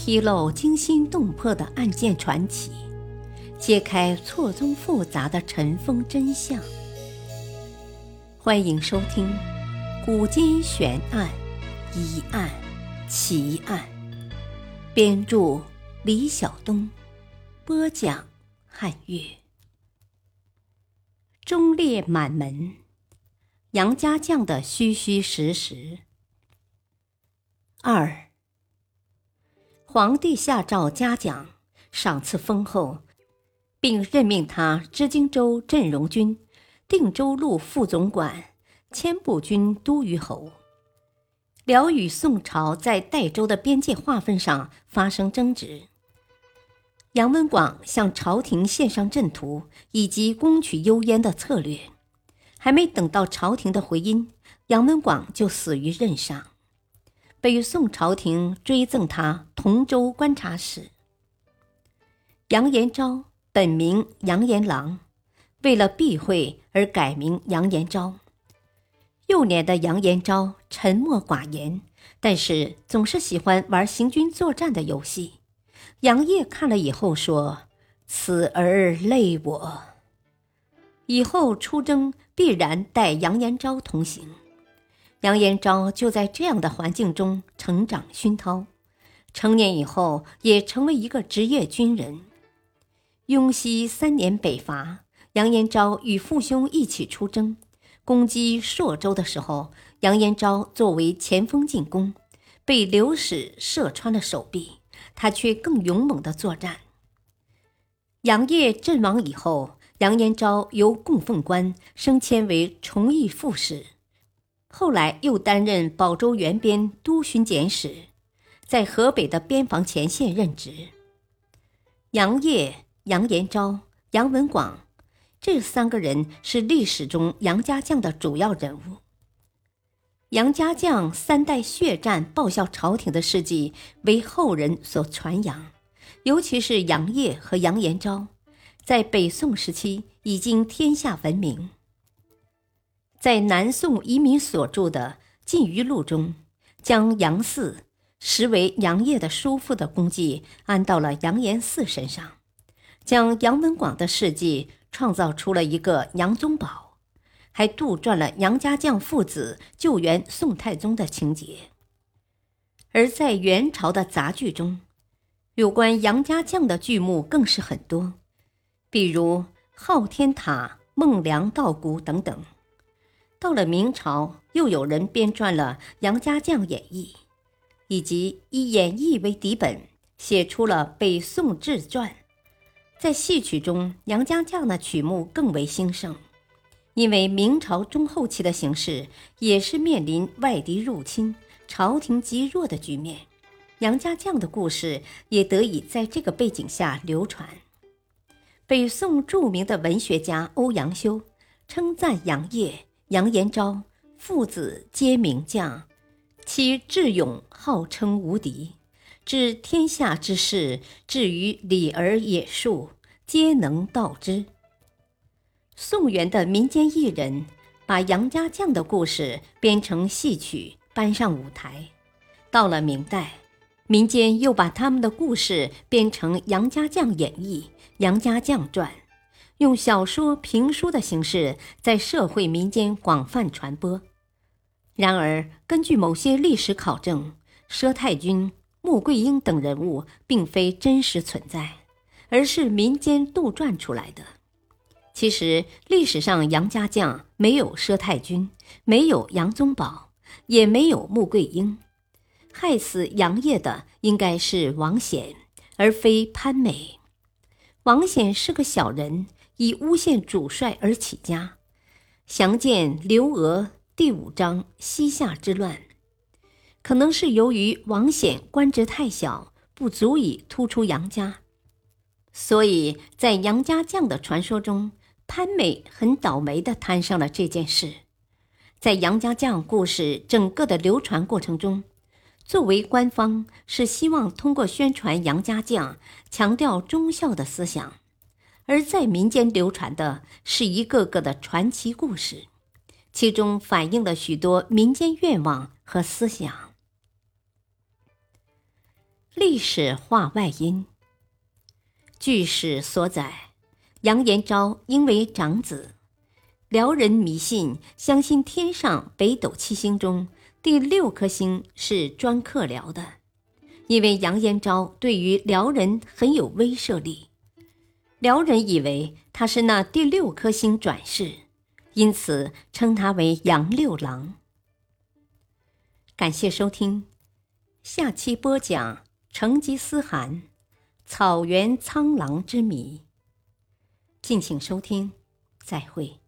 披露惊心动魄的案件传奇，揭开错综复杂的尘封真相。欢迎收听《古今悬案、疑案、奇案》，编著李晓东，播讲汉月。忠烈满门，杨家将的虚虚实实。二，皇帝下诏嘉奖，赏赐丰厚，并任命他知荆州镇戎军、定州路副总管、千步军都虞侯。辽与宋朝在代州的边界划分上发生争执，杨文广向朝廷献上阵图以及攻取幽燕的策略，还没等到朝廷的回音，杨文广就死于任上，被宋朝廷追赠他同州观察使。杨延昭本名杨延郎，为了避讳而改名杨延昭。幼年的杨延昭沉默寡言，但是总是喜欢玩行军作战的游戏。杨业看了以后说：“此儿累我。”以后出征必然带杨延昭同行。杨延昭就在这样的环境中成长熏陶，成年以后也成为一个职业军人。雍熙3年北伐，杨延昭与父兄一起出征，攻击朔州的时候，杨延昭作为前锋进攻，被流矢射穿了手臂，他却更勇猛地作战。杨业阵亡以后，杨延昭由供奉官升迁为崇义副使，后来又担任保州原边都巡检使，在河北的边防前线任职。杨业、杨延昭、杨文广这3个人是历史中杨家将的主要人物。杨家将3代血战报效朝廷的事迹为后人所传扬，尤其是杨业和杨延昭，在北宋时期已经天下闻名。在南宋遗民所著的《晋余录》中，将杨嗣实为杨业的叔父的功绩安到了杨延嗣身上，将杨文广的事迹创造出了一个杨宗保，还杜撰了杨家将父子救援宋太宗的情节。而在元朝的杂剧中，有关杨家将的剧目更是很多，比如昊天塔、孟良道骨等等。到了明朝，又有人编撰了《杨家将演义》，以及以演义为底本写出了《北宋志传》。在戏曲中，杨家将的曲目更为兴盛，因为明朝中后期的形势也是面临外敌入侵、朝廷极弱的局面，杨家将的故事也得以在这个背景下流传。北宋著名的文学家欧阳修称赞杨业、杨延昭父子皆名将，其智勇号称无敌，治天下之事，至于礼而野术，皆能道之。宋元的民间艺人把杨家将的故事编成戏曲搬上舞台，到了明代，民间又把他们的故事编成《杨家将演义》《杨家将传》，用小说、评书的形式在社会民间广泛传播。然而，根据某些历史考证，佘太君、穆桂英等人物并非真实存在，而是民间杜撰出来的。其实，历史上杨家将没有佘太君，没有杨宗保，也没有穆桂英。害死杨业的应该是王显，而非潘美。王显是个小人，以诬陷主帅而起家，详见刘娥第5章西夏之乱。可能是由于王显官职太小，不足以突出杨家，所以在杨家将的传说中，潘美很倒霉地摊上了这件事。在杨家将故事整个的流传过程中，作为官方是希望通过宣传杨家将强调忠孝的思想，而在民间流传的是一个个的传奇故事，其中反映了许多民间愿望和思想。 历史话外音。据史所载，杨延昭因为长子，辽人迷信，相信天上北斗七星中第6颗星是专克辽的，因为杨延昭对于辽人很有威慑力，辽人以为他是那第6颗星转世，因此称他为杨六郎。感谢收听，下期播讲成吉思汗草原苍狼之谜。敬请收听，再会。